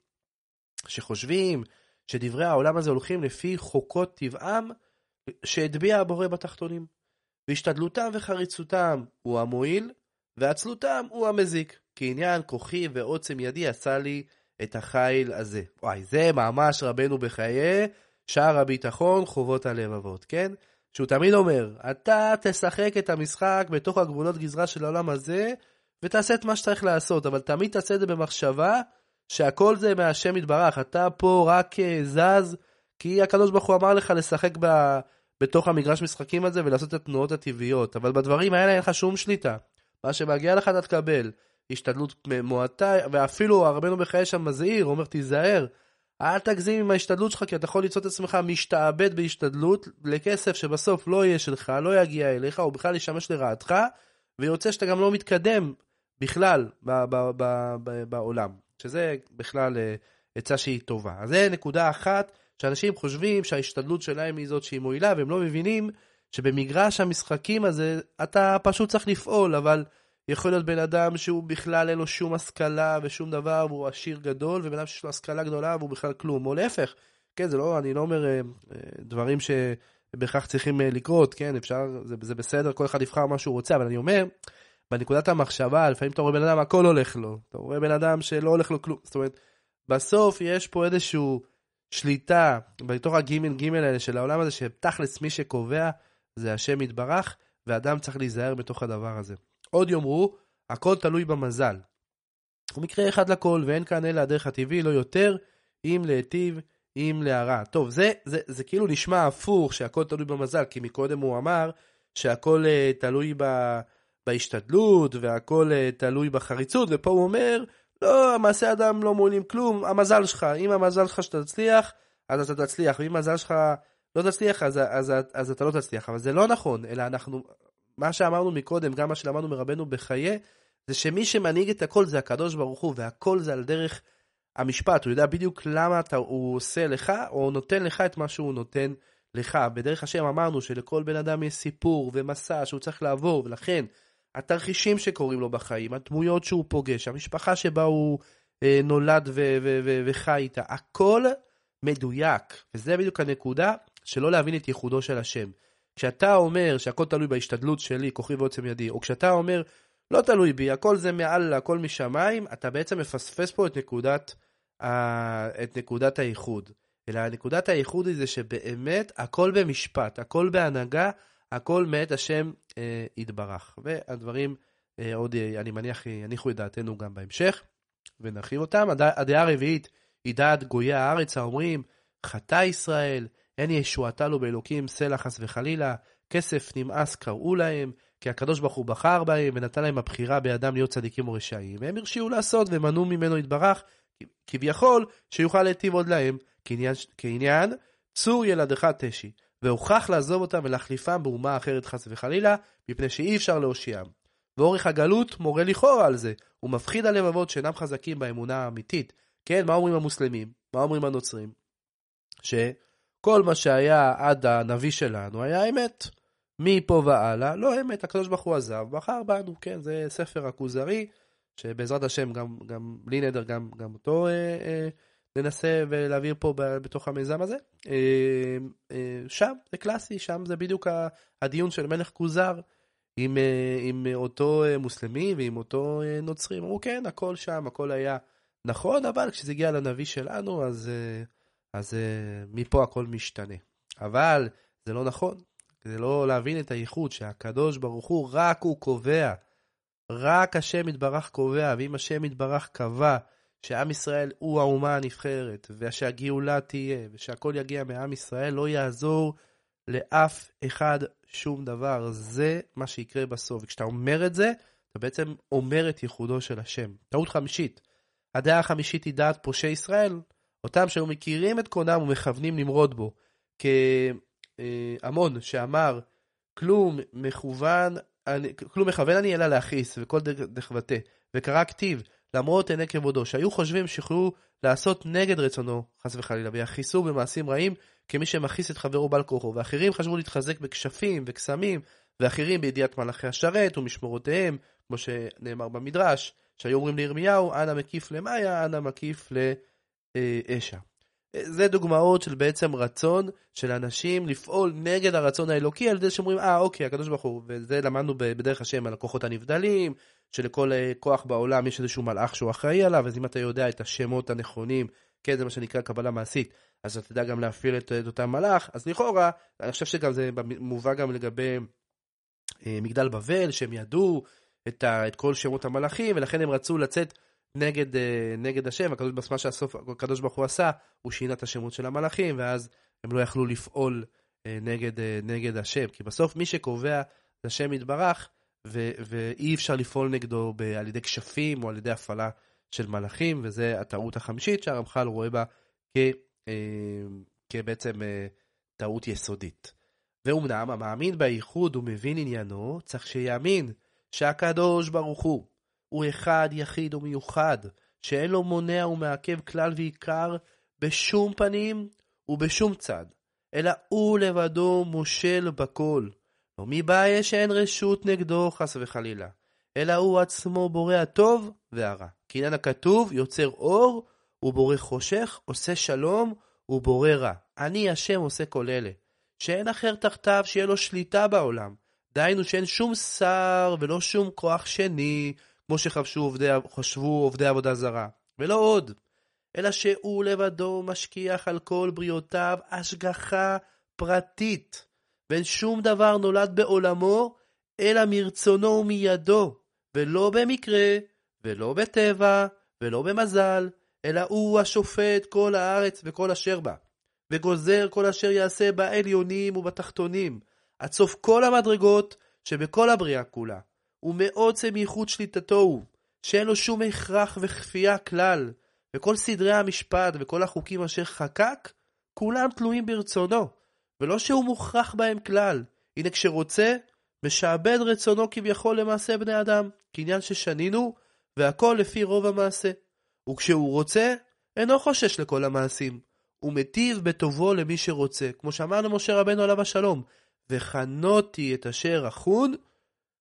שחושבים שדברי העולם הזה הולכים לפי חוקות טבעם, שהטביע הבורא בתחתונים. והשתדלותם וחריצותם הוא המועיל, ועצלותם הוא המזיק. כי עניין כוחי ועוצם ידי עשה לי את החיל הזה. וואי, זה ממש רבנו בחיי, שער הביטחון, חובות הלבבות, כן? שהוא תמיד אומר, אתה תשחק את המשחק בתוך הגבולות גזרה של העולם הזה, ותעשה את מה שצריך לעשות, אבל תמיד תעשה את זה במחשבה, שהכל זה מהשם יתברך, אתה פה רק זז, כי הקדוש ברוך הוא אמר לך לשחק ב, בתוך המגרש משחקים הזה, ולעשות את התנועות הטבעיות, אבל בדברים האלה אין לך שום שליטה, מה שמגיע לך אתה תקבל, השתדלות מועטה, ואפילו הרבנו בחיי שם מזהיר, אומר תיזהר, אל תגזים עם ההשתדלות שלך, כי אתה יכול ליצור את עצמך משתעבד בהשתדלות, לכסף שבסוף לא יהיה שלך, לא יגיע אליך, או בכלל ישמש לרעתך, ויוצא שאתה גם לא מתקדם בכלל ב- ב- ב- ב- בעולם, שזה בכלל עצה שהיא טובה. אז זה נקודה אחת, שאנשים חושבים שההשתדלות שלהם היא זאת שהיא מועילה, והם לא מבינים שבמגרש המשחקים הזה, אתה פשוט צריך לפעול, אבל יכול להיות בן אדם שהוא בכלל אין לו שום השכלה ושום דבר, והוא עשיר גדול, ובן אדם שיש לו השכלה גדולה, והוא בכלל כלום, או להפך. כן, זה לא, אני לא אומר דברים שבכך צריכים לקרות, כן, אפשר, זה, זה בסדר, כל אחד יבחר מה שהוא רוצה, אבל אני אומר, בנקודת המחשבה, לפעמים אתה רואה בן אדם, הכל הולך לו, אתה רואה בן אדם שלא הולך לו כלום, זאת אומרת, בסוף יש פה איזשהו שליטה, בתוך הגימל גימל האלה של העולם הזה, שתכלס מי שקובע, זה השם יתברך, ואדם צריך להיזהר בתוך הדבר הזה. עוד יאמרו, הכל תלוי במזל. הוא מקרה אחד לכל, ואין כאן אלא הדרך הטבעי, לא יותר, אם להיטיב, אם להרע. טוב, זה, זה, זה כאילו נשמע הפוך, שהכל תלוי במזל, כי מקודם הוא אמר, שהכל uh, תלוי ב, בהשתדלות, והכל uh, תלוי בחריצות, ופה הוא אומר, לא, המעשה אדם לא מועילים כלום, המזל שלך, אם המזל שלך שאתה תצליח, אז אתה תצליח, ואם המזל שלך לא תצליח, אז, אז, אז, אז אתה לא תצליח. אבל זה לא נכון, אלא אנחנו, מה שאמרנו מקודם, גם מה שלמדנו מרבנו בחיי, זה שמי שמנהיג את הכל זה הקדוש ברוך הוא, והכל זה על דרך המשפט, הוא יודע בדיוק למה אתה, הוא עושה לך, או הוא נותן לך את מה שהוא נותן לך. בדרך השם אמרנו שלכל בן אדם יש סיפור ומסע שהוא צריך לעבור, ולכן התרחישים שקורים לו בחיים, הדמויות שהוא פוגש, המשפחה שבה הוא אה, נולד ו- ו- ו- וחי איתה, הכל מדויק, וזה בדיוק הנקודה שלא להבין את ייחודו של השם. כשאתה אומר שהכל תלוי בהשתדלות שלי, כוחי ועוצם ידי, או כשאתה אומר לא תלוי בי, הכל זה מעל, הכל משמיים, אתה בעצם מפספס פה את נקודת, ה- את נקודת הייחוד. אלא נקודת הייחוד היא זה שבאמת הכל במשפט, הכל בהנהגה, הכל מאת השם אה, יתברך. והדברים אה, עוד, אה, אני מניח, יניחו את דעתנו גם בהמשך, ונרחיב אותם. הד... הדעה הרביעית היא דעת גויי הארץ, האומרים, חטא ישראל, אין ישועתה לו באלוקים, סלע חס וחלילה, כסף נמאס קראו להם, כי הקדוש ברוך הוא בחר בהם, ונתן להם הבחירה בידם להיות צדיקים או רשעים, והם הרשיעו לעשות, ומנעו ממנו יתברך, כביכול שיוכל להיטיב עוד להם, כעניין, כעניין צור ילדך תשי, והוכח לעזוב אותם ולהחליפם באומה אחרת חס וחלילה, מפני שאי אפשר להושיעם. ואורך הגלות מורה לכאורה על זה, הוא מפחיד הלבבות שאינם חזקים באמונה האמיתית. כן, מה אומרים המוסלמים? מה אומרים הנוצרים? שכל מה שהיה עד הנביא שלנו היה אמת. מפה והלאה, לא אמת, הקדוש ברוך הוא עזב, בחר בנו, כן, זה ספר הכוזרי, שבעזרת השם גם, גם בלי נדר, גם, גם אותו אה, אה, ננסה ולהעביר פה בתוך המיזם הזה. אה, אה, שם זה קלאסי, שם זה בדיוק הדיון של מלך כוזר, עם, עם אותו מוסלמי ועם אותו נוצרים. אמרו כן, הכל שם, הכל היה נכון, אבל כשזה הגיע לנביא שלנו, אז, אז מפה הכל משתנה. אבל זה לא נכון, זה לא להבין את הייחוד שהקדוש ברוך הוא, רק הוא קובע, רק השם יתברך קובע, ואם השם יתברך קבע שעם ישראל הוא האומה הנבחרת, ושהגאולה תהיה, ושהכל יגיע מעם ישראל, לא יעזור לאף אחד שום דבר. זה מה שיקרה בסוף. וכשאתה אומר את זה, אתה בעצם אומר את ייחודו של השם. טעות חמישית. הדעה החמישית היא דעת פושעי ישראל, אותם שהיו מכירים את קונם ומכוונים למרוד בו. כהמון שאמר, כלום מכוון, אני, כלום מכוון אני אלא להכעיס, וכל דחבטה, וקרא כתיב, למרות עיני כבודו, שהיו חושבים שיכולו לעשות נגד רצונו, חס וחלילה, ויחיסו במעשים רעים, כמי שמכיס את חברו בעל כוחו, ואחרים חשבו להתחזק בכשפים וקסמים, ואחרים בידיעת מלאכי השרת ומשמורותיהם, כמו שנאמר במדרש, שהיו אומרים לירמיהו, אנא מקיף למאיה, אנא מקיף לאשה. זה דוגמאות של בעצם רצון של אנשים לפעול נגד הרצון האלוקי, על ידי שאומרים, אה, אוקיי, הקדוש ברוך הוא, וזה למדנו בדרך השם על הכוחות הנבדלים, שלכל כוח בעולם יש איזשהו מלאך שהוא אחראי עליו, אז אם אתה יודע את השמות הנכונים, כן, זה מה שנקרא קבלה מעשית, אז אתה תדע גם להפעיל את, את אותם מלאך. אז לכאורה, אני חושב שגם זה מובא גם לגבי אה, מגדל בבל, שהם ידעו את, ה, את כל שמות המלאכים, ולכן הם רצו לצאת נגד, אה, נגד השם. הקדוש, מה שהסוף, הקדוש ברוך הוא עשה, הוא שינה את השמות של המלאכים, ואז הם לא יכלו לפעול אה, נגד, אה, נגד השם. כי בסוף מי שקובע זה השם יתברך, ו, ואי אפשר לפעול נגדו ב, על ידי כשפים או על ידי הפעלה של מלאכים, וזה הטעות החמישית שהרמח"ל רואה בה כ... כבעצם טעות יסודית. ואומנם המאמין בייחוד ומבין עניינו, צריך שיאמין שהקדוש ברוך הוא הוא אחד יחיד ומיוחד, שאין לו מונע ומעכב כלל ועיקר בשום פנים ובשום צד, אלא הוא לבדו מושל בכל, לא מבעיה שאין רשות נגדו חס וחלילה, אלא הוא עצמו בורא הטוב והרע. כי עניין הכתוב יוצר אור, הוא בורא חושך, עושה שלום, הוא בורא רע. אני השם עושה כל אלה. שאין אחר תחתיו שיהיה לו שליטה בעולם. דיינו שאין שום שר ולא שום כוח שני, כמו שחשבו עובדי, חשבו עובדי עבודה זרה. ולא עוד. אלא שהוא לבדו משכיח על כל בריאותיו השגחה פרטית. ואין שום דבר נולד בעולמו, אלא מרצונו ומידו. ולא במקרה, ולא בטבע, ולא במזל, אלא הוא השופט כל הארץ וכל אשר בה, וגוזר כל אשר יעשה בעליונים ובתחתונים, עד סוף כל המדרגות שבכל הבריאה כולה, ומאוד סמיכות שליטתו הוא, שאין לו שום הכרח וכפייה כלל, וכל סדרי המשפט וכל החוקים אשר חקק, כולם תלויים ברצונו, ולא שהוא מוכרח בהם כלל. הנה כשרוצה, משעבד רצונו כביכול למעשה בני אדם, כעניין ששנינו, והכל לפי רוב המעשה. וכשהוא רוצה, אינו חושש לכל המעשים. הוא מטיב בטובו למי שרוצה, כמו שאמרנו משה רבנו עליו השלום, וחנותי את אשר אחון,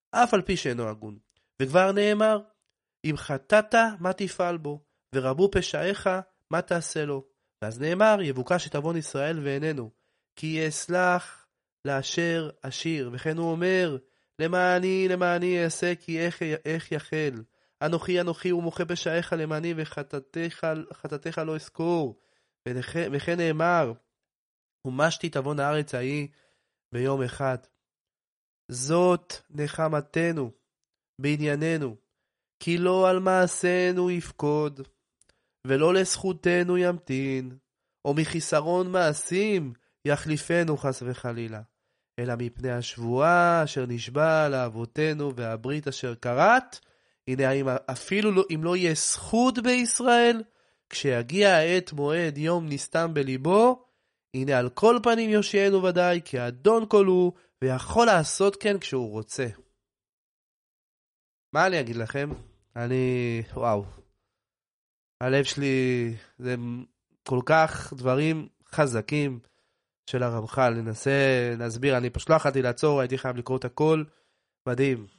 אף על פי שאינו הגון. וכבר נאמר, אם חטאת, מה תפעל בו? ורבו פשעיך, מה תעשה לו? ואז נאמר, יבוקש את עוון ישראל ואיננו, כי אסלח לאשר אשיר. וכן הוא אומר, למעני למעני אעשה, כי איך, איך יחל. אנוכי אנוכי ומוחה פשעיך למעני, וחטאתיך לא אזכור. וכן נאמר, ומשתי את עוון הארץ ההיא ביום אחד. זאת נחמתנו בענייננו, כי לא על מעשינו יפקוד, ולא לזכותנו ימתין, או מחיסרון מעשים יחליפנו חס וחלילה, אלא מפני השבועה אשר נשבע לאבותינו והברית אשר קראת. הנה, אפילו לא, אם לא יהיה זכות בישראל, כשיגיע העת מועד יום נסתם בליבו, הנה על כל פנים יושיענו ודאי, כי האדון כל הוא, ויכול לעשות כן כשהוא רוצה. מה אני אגיד לכם? אני, וואו, הלב שלי, זה כל כך דברים חזקים של הרמח"ל. ננסה להסביר, אני פשוט לא יכולתי לעצור, הייתי חייב לקרוא את הכל. מדהים.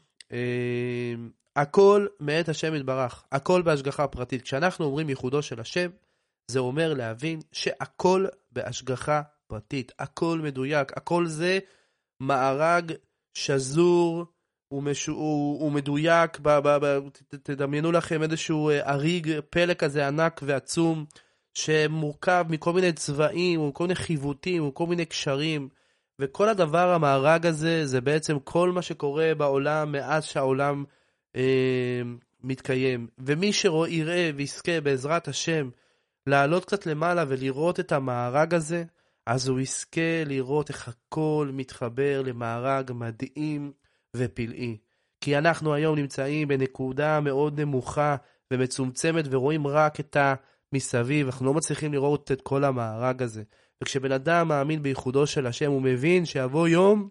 הכל מאת השם יתברך, הכל בהשגחה פרטית. כשאנחנו אומרים ייחודו של השם, זה אומר להבין שהכל בהשגחה פרטית, הכל מדויק, הכל זה מארג שזור ומש... ומדויק. ב... ב... ב... תדמיינו לכם איזשהו אריג פלא כזה ענק ועצום, שמורכב מכל מיני צבעים ומכל מיני חיוותים וכל מיני קשרים, וכל הדבר המארג הזה זה בעצם כל מה שקורה בעולם מאז שהעולם אה, מתקיים. ומי שיראה ויזכה בעזרת השם לעלות קצת למעלה ולראות את המארג הזה, אז הוא יזכה לראות איך הכל מתחבר למארג מדהים ופלאי. כי אנחנו היום נמצאים בנקודה מאוד נמוכה ומצומצמת, ורואים רק את המסביב, אנחנו לא מצליחים לראות את כל המארג הזה. וכשבן אדם מאמין בייחודו של השם, הוא מבין שיבוא יום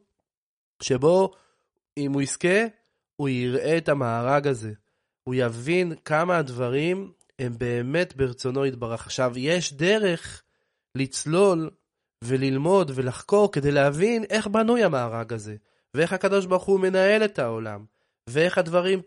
שבו אם הוא יזכה, הוא יראה את המארג הזה. הוא יבין כמה הדברים הם באמת ברצונו יתברך. עכשיו, יש דרך לצלול וללמוד ולחקור כדי להבין איך בנוי המארג הזה, ואיך הקדוש ברוך הוא מנהל את העולם, ואיך הדברים,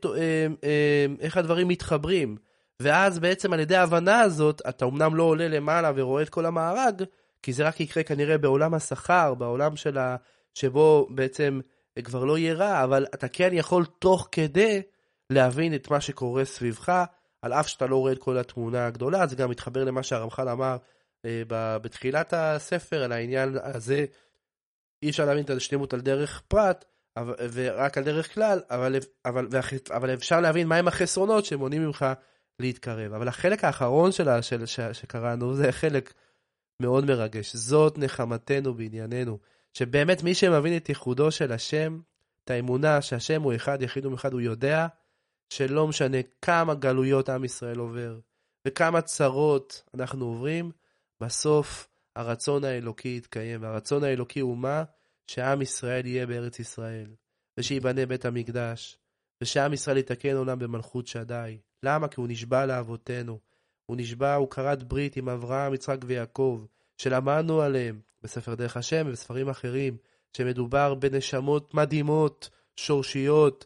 איך הדברים מתחברים. ואז בעצם על ידי ההבנה הזאת, אתה אומנם לא עולה למעלה ורואה את כל המארג, כי זה רק יקרה כנראה בעולם השכר, בעולם שלה, שבו בעצם כבר לא יהיה רע, אבל אתה כן יכול תוך כדי להבין את מה שקורה סביבך, על אף שאתה לא רואה את כל התמונה הגדולה. זה גם מתחבר למה שהרמח"ל אמר אה, בתחילת הספר, על העניין הזה, אי אפשר להבין את השלמות על דרך פרט, אבל, ורק על דרך כלל, אבל, אבל, אבל אפשר להבין מהם החסרונות שמונעים ממך להתקרב. אבל החלק האחרון שלה, של, ש, שקראנו, זה חלק מאוד מרגש. זאת נחמתנו בענייננו, שבאמת מי שמבין את ייחודו של השם, את האמונה שהשם הוא אחד, יחיד ומאחד, הוא יודע שלא משנה כמה גלויות עם ישראל עובר, וכמה צרות אנחנו עוברים, בסוף הרצון האלוקי יתקיים. והרצון האלוקי הוא מה? שעם ישראל יהיה בארץ ישראל, ושיבנה בית המקדש, ושעם ישראל יתקן עולם במלכות שדי. למה? כי הוא נשבע לאבותינו. הוא נשבע, הוא כרת ברית עם אברהם, יצחק ויעקב, שלמדנו עליהם בספר דרך השם ובספרים אחרים, שמדובר בנשמות מדהימות, שורשיות,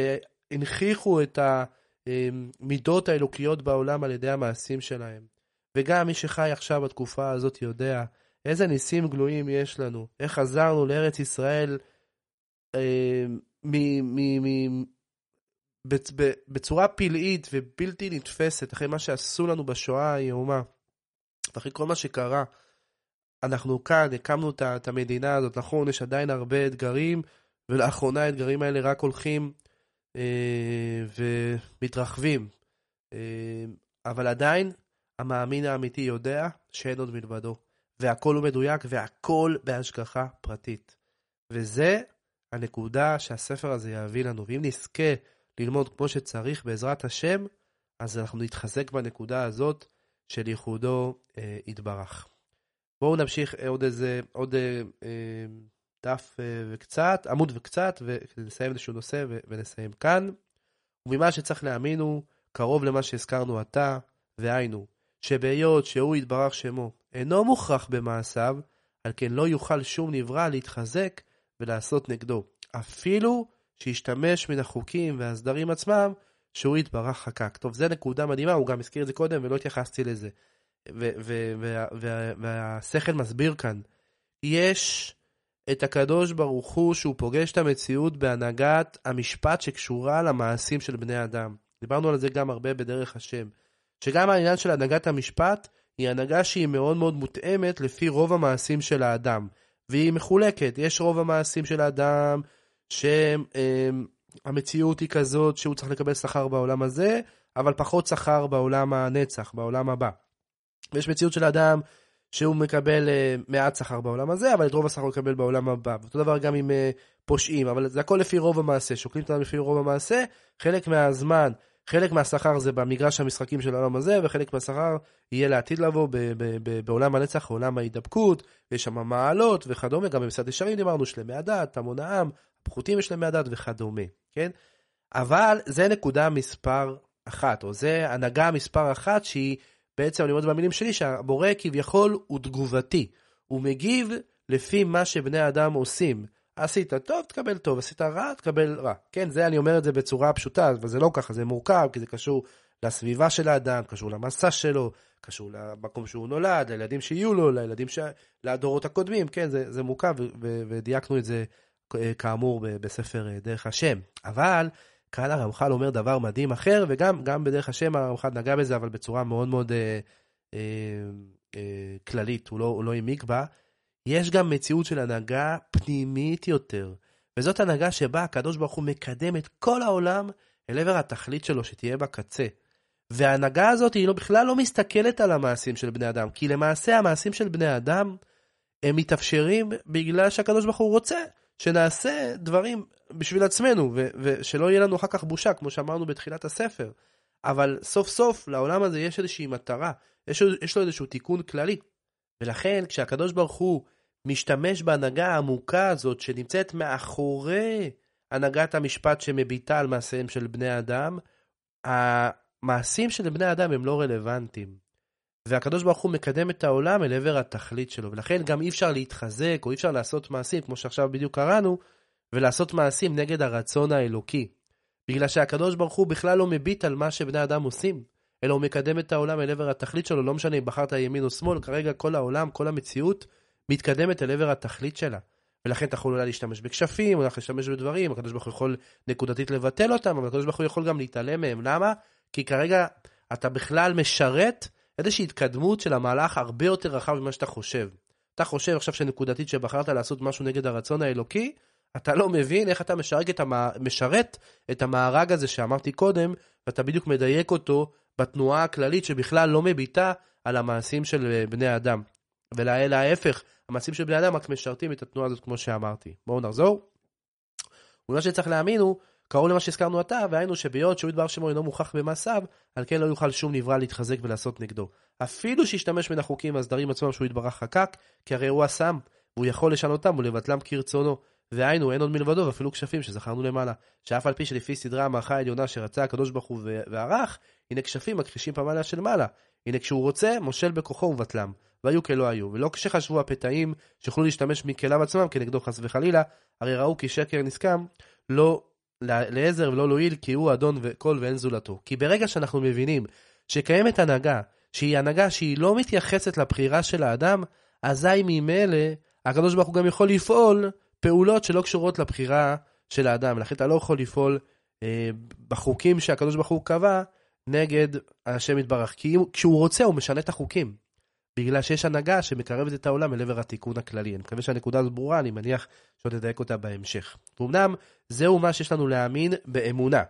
שהנכיחו את המידות האלוקיות בעולם על ידי המעשים שלהם. וגם מי שחי עכשיו בתקופה הזאת יודע איזה ניסים גלויים יש לנו, איך חזרנו לארץ ישראל אה, מ, מ, מ, בצורה פלאית ובלתי נתפסת, אחרי מה שעשו לנו בשואה האיומה, אחרי כל מה שקרה. אנחנו כאן, הקמנו את המדינה הזאת, נכון, יש עדיין הרבה אתגרים, ולאחרונה האתגרים האלה רק הולכים אה, ומתרחבים. אה, אבל עדיין, המאמין האמיתי יודע שאין עוד מלבדו, והכל הוא מדויק, והכל בהשגחה פרטית. וזה הנקודה שהספר הזה יביא לנו, ואם נזכה ללמוד כמו שצריך בעזרת השם, אז אנחנו נתחזק בנקודה הזאת של ייחודו אה, יתברך. בואו נמשיך עוד איזה, עוד אה, דף אה, וקצת, עמוד וקצת, ונסיים איזשהו נושא ו- ונסיים כאן. וממה שצריך להאמין הוא קרוב למה שהזכרנו עתה, והיינו, שבהיות שהוא יתברך שמו, אינו מוכרח במעשיו, על כן לא יוכל שום נברא להתחזק ולעשות נגדו, אפילו שישתמש מן החוקים והסדרים עצמם, שהוא יתברך חקק. טוב, זה נקודה מדהימה, הוא גם הזכיר את זה קודם ולא התייחסתי לזה. והשכל מסביר כאן, יש את הקדוש ברוך הוא שהוא פוגש את המציאות בהנהגת המשפט שקשורה למעשים של בני אדם. דיברנו על זה גם הרבה בדרך השם. שגם העניין של הנהגת המשפט היא הנהגה שהיא מאוד מאוד מותאמת לפי רוב המעשים של האדם. והיא מחולקת. יש רוב המעשים של האדם שהמציאות היא כזאת שהוא צריך לקבל שכר בעולם הזה, אבל פחות שכר בעולם הנצח, בעולם הבא. ויש מציאות של האדם שהוא מקבל uh, מעט שכר בעולם הזה, אבל את רוב השכר הוא מקבל בעולם הבא. ואותו דבר גם עם uh, פושעים, אבל זה הכל לפי רוב המעשה. שוקלים את זה לפי רוב המעשה, חלק מהזמן, חלק מהשכר זה במגרש המשחקים של העולם הזה, וחלק מהשכר יהיה לעתיד לבוא ב- ב- ב- בעולם הנצח, בעולם ההידבקות, ויש שם מעלות וכדומה, גם במסעד ישרים דיברנו, שלמי הדת, המון העם, הפחותים יש למי הדת וכדומה, כן? אבל זה נקודה מספר אחת, או זה הנהגה מספר אחת שהיא, בעצם אני אומר במילים שלי, שהבורא כביכול הוא תגובתי, הוא מגיב לפי מה שבני האדם עושים. עשית טוב, תקבל טוב, עשית רע, תקבל רע. כן, זה אני אומר את זה בצורה פשוטה, אבל זה לא ככה, זה מורכב, כי זה קשור לסביבה של האדם, קשור למסע שלו, קשור למקום שהוא נולד, לילדים שיהיו לו, לילדים ש... לדורות הקודמים, כן, זה, זה מורכב, ו- ודייקנו את זה כאמור בספר דרך השם. אבל כאן הרמח"ל אומר דבר מדהים אחר, וגם גם בדרך השם הרמח"ל נגע בזה, אבל בצורה מאוד מאוד אה, אה, אה, כללית, הוא לא, הוא לא העמיק בה. יש גם מציאות של הנהגה פנימית יותר, וזאת הנהגה שבה הקדוש ברוך הוא מקדם את כל העולם אל עבר התכלית שלו שתהיה בקצה. וההנהגה הזאת היא לא, בכלל לא מסתכלת על המעשים של בני אדם, כי למעשה המעשים של בני אדם הם מתאפשרים בגלל שהקדוש ברוך הוא רוצה שנעשה דברים בשביל עצמנו, ו- ושלא יהיה לנו אחר כך בושה, כמו שאמרנו בתחילת הספר. אבל סוף סוף לעולם הזה יש איזושהי מטרה, יש, יש לו איזשהו תיקון כללי. ולכן כשהקדוש ברוך הוא משתמש בהנהגה העמוקה הזאת שנמצאת מאחורי הנהגת המשפט שמביטה על מעשיהם של בני אדם, המעשים של בני אדם הם לא רלוונטיים. והקדוש ברוך הוא מקדם את העולם אל עבר התכלית שלו, ולכן גם אי אפשר להתחזק או אי אפשר לעשות מעשים, כמו שעכשיו בדיוק קראנו, ולעשות מעשים נגד הרצון האלוקי. בגלל שהקדוש ברוך הוא בכלל לא מביט על מה שבני אדם עושים, אלא הוא מקדם את העולם אל עבר התכלית שלו, לא משנה אם בחרת ימין או שמאל, כרגע כל העולם, כל המציאות, מתקדמת אל עבר התכלית שלה. ולכן אתה יכול אולי להשתמש בכשפים, או להשתמש בדברים, הקדוש ברוך הוא יכול נקודתית לבטל אותם, אבל הקדוש ברוך הוא יכול גם להתעלם מהם. למה? כי כרגע אתה בכלל משרת איזושהי התקדמות של המהלך הרבה יותר רחב ממה שאתה חושב. אתה חושב עכשיו שנקודתית שבחרת לעשות משהו נגד הרצון האלוקי, אתה לא מבין איך אתה משרת את, המ... משרת את המארג הזה שאמרתי קודם, ואתה בדיוק מדייק אותו בתנועה הכללית שבכלל לא מביטה על המעשים של בני האדם. ולהפך, המעשים של בני האדם רק משרתים את התנועה הזאת כמו שאמרתי. בואו נחזור. ומה שצריך להאמין הוא, קראו למה שהזכרנו עתה, והיינו שביות שהוא ידבר שמו אינו מוכח במעשיו, על כן לא יוכל שום נברא להתחזק ולעשות נגדו. אפילו שישתמש מן החוקים והסדרים עצמם שהוא יתברך חקק, כי הרי הוא עשם, והוא יכול לשנותם ולבטלם כרצונו. והיינו, אין עוד מלבדו, ואפילו כשפים שזכרנו למעלה. שאף על פי שלפי סדרה המערכה העליונה שרצה הקדוש ברוך הוא וערך, הנה כשפים מכחישים פמליה של מעלה. הנה כשהוא רוצה, מושל בכוחו ובטלם. והיו כלא היו. ולא כשחשבו הפתאים שיוכלו להשתמש מכליו עצמם כנגדו חס וחלילה, הרי ראו כי שקר נסכם, לא לעזר ולא להועיל, כי הוא אדון וכל ואין זולתו. כי ברגע שאנחנו מבינים שקיימת הנהגה, שהיא הנהגה שהיא לא מתייחסת לבחירה של האדם, אזי ממילא הקדוש ברוך הוא גם יכול לפעול פעולות שלא קשורות לבחירה של האדם. לכן אתה לא יכול לפעול אה, בחוקים שהקדוש ברוך הוא קבע נגד השם יתברך. כי כשהוא רוצה הוא משנה את החוקים. בגלל שיש הנהגה שמקרבת את העולם אל עבר התיקון הכללי. אני מקווה שהנקודה הזאת ברורה, אני מניח שעוד תדייק אותה בהמשך. ואומנם זהו מה שיש לנו להאמין באמונה.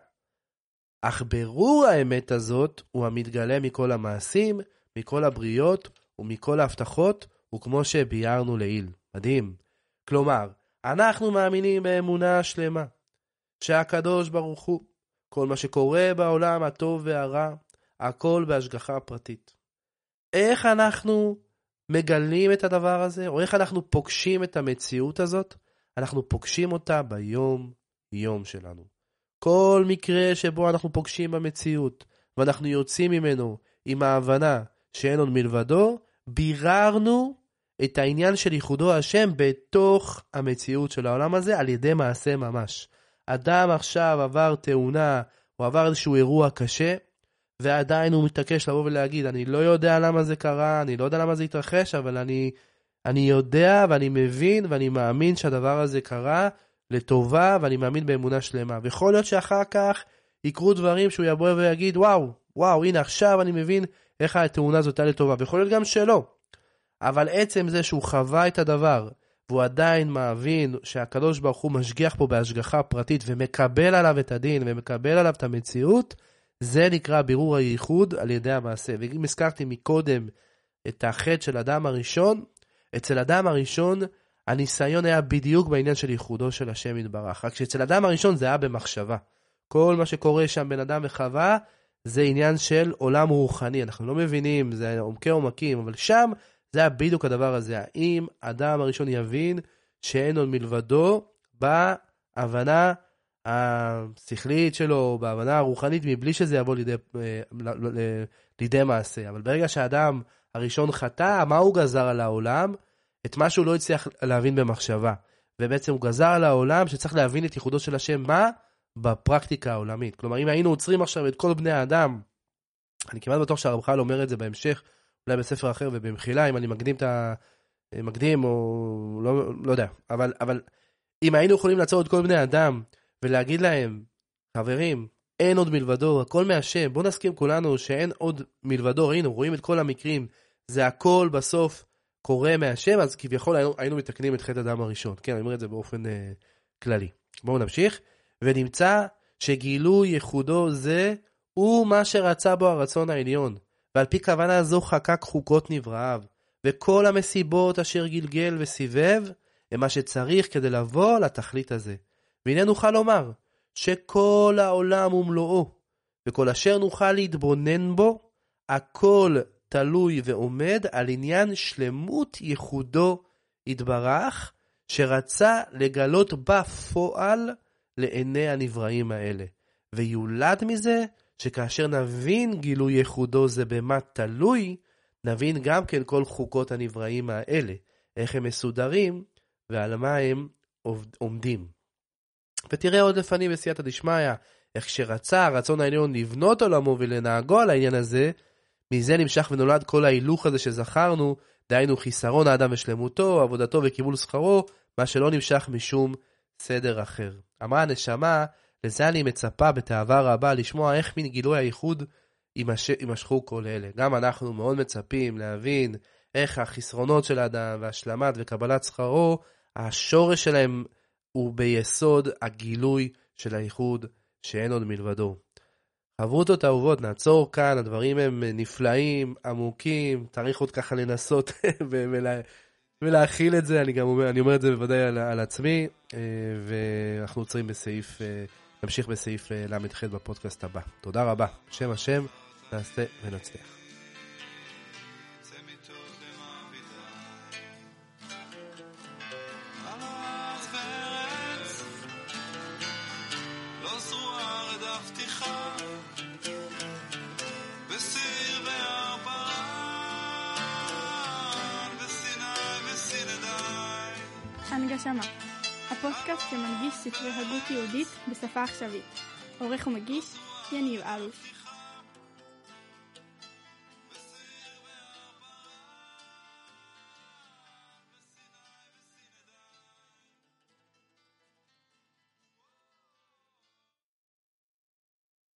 אך ברור האמת הזאת הוא המתגלה מכל המעשים, מכל הבריות ומכל ההבטחות, וכמו שביארנו לעיל. מדהים. כלומר, אנחנו מאמינים באמונה שלמה, שהקדוש ברוך הוא, כל מה שקורה בעולם הטוב והרע, הכל בהשגחה פרטית. איך אנחנו מגלים את הדבר הזה, או איך אנחנו פוגשים את המציאות הזאת? אנחנו פוגשים אותה ביום יום שלנו. כל מקרה שבו אנחנו פוגשים במציאות, ואנחנו יוצאים ממנו עם ההבנה שאין עוד מלבדו, ביררנו את העניין של ייחודו השם בתוך המציאות של העולם הזה על ידי מעשה ממש. אדם עכשיו עבר תאונה, הוא עבר איזשהו אירוע קשה, ועדיין הוא מתעקש לבוא ולהגיד, אני לא יודע למה זה קרה, אני לא יודע למה זה התרחש, אבל אני, אני יודע ואני מבין ואני מאמין שהדבר הזה קרה לטובה, ואני מאמין באמונה שלמה. ויכול להיות שאחר כך יקרו דברים שהוא יבוא ויגיד, וואו, וואו, הנה עכשיו אני מבין איך התאונה הזאת הייתה לטובה, ויכול להיות גם שלא. אבל עצם זה שהוא חווה את הדבר, והוא עדיין מאמין שהקדוש ברוך הוא משגיח פה בהשגחה פרטית, ומקבל עליו את הדין, ומקבל עליו את המציאות, זה נקרא בירור הייחוד על ידי המעשה. ואם הזכרתי מקודם את החטא של אדם הראשון, אצל אדם הראשון הניסיון היה בדיוק בעניין של ייחודו של השם יתברך. רק שאצל אדם הראשון זה היה במחשבה. כל מה שקורה שם בין אדם וחווה, זה עניין של עולם רוחני. אנחנו לא מבינים, זה עומקי עומקים, אבל שם זה היה בדיוק הדבר הזה. האם אדם הראשון יבין שאין עוד מלבדו בהבנה השכלית שלו, בהבנה הרוחנית, מבלי שזה יבוא לידי, לידי מעשה. אבל ברגע שהאדם הראשון חטא, מה הוא גזר על העולם? את מה שהוא לא הצליח להבין במחשבה. ובעצם הוא גזר על העולם שצריך להבין את ייחודו של השם, מה? בפרקטיקה העולמית. כלומר, אם היינו עוצרים עכשיו את כל בני האדם, אני כמעט בטוח שהרמח"ל אומר את זה בהמשך, אולי בספר אחר ובמחילה, אם אני מקדים את ה... מקדים או... לא, לא יודע. אבל, אבל אם היינו יכולים לעצור את כל בני האדם, ולהגיד להם, חברים, אין עוד מלבדו, הכל מהשם, בוא נסכים כולנו שאין עוד מלבדו, ראינו, רואים את כל המקרים, זה הכל בסוף קורה מהשם, אז כביכול היינו, היינו מתקנים את חטא אדם הראשון. כן, אני אומר את זה באופן אה, כללי. בואו נמשיך, ונמצא שגילוי ייחודו זה, הוא מה שרצה בו הרצון העליון, ועל פי כוונה זו חקק חוקות נבראיו, וכל המסיבות אשר גלגל וסיבב, הם מה שצריך כדי לבוא לתכלית הזה. והנה נוכל לומר, שכל העולם ומלואו, וכל אשר נוכל להתבונן בו, הכל תלוי ועומד על עניין שלמות ייחודו יתברך, שרצה לגלות בפועל לעיני הנבראים האלה. ויולד מזה, שכאשר נבין גילוי ייחודו זה במה תלוי, נבין גם כן כל חוקות הנבראים האלה, איך הם מסודרים ועל מה הם עומדים. ותראה עוד לפנים בסייעתא דשמיא, איך שרצה הרצון העליון לבנות עולמו ולנהגו על העניין הזה, מזה נמשך ונולד כל ההילוך הזה שזכרנו, דהיינו חיסרון האדם ושלמותו, עבודתו וקיבול שכרו, מה שלא נמשך משום סדר אחר. אמרה הנשמה, לזה אני מצפה בתאווה רבה לשמוע איך מן גילוי הייחוד יימשכו כל אלה. גם אנחנו מאוד מצפים להבין איך החסרונות של האדם והשלמת וקבלת שכרו, השורש שלהם הוא ביסוד הגילוי של הייחוד שאין עוד מלבדו. חברותות אהובות, נעצור כאן, הדברים הם נפלאים, עמוקים, צריך עוד ככה לנסות ולה, ולהכיל את זה, אני גם אומר, אני אומר את זה בוודאי על, על עצמי, ואנחנו עוצרים בסעיף, נמשיך בסעיף למ"ח בפודקאסט הבא. תודה רבה, בשם השם, נעשה ונצליח. הנגשמה, הפודקאסט שמנגיש ספרי הגות יהודית בשפה עכשווית. עורך ומגיש יניב אלוש.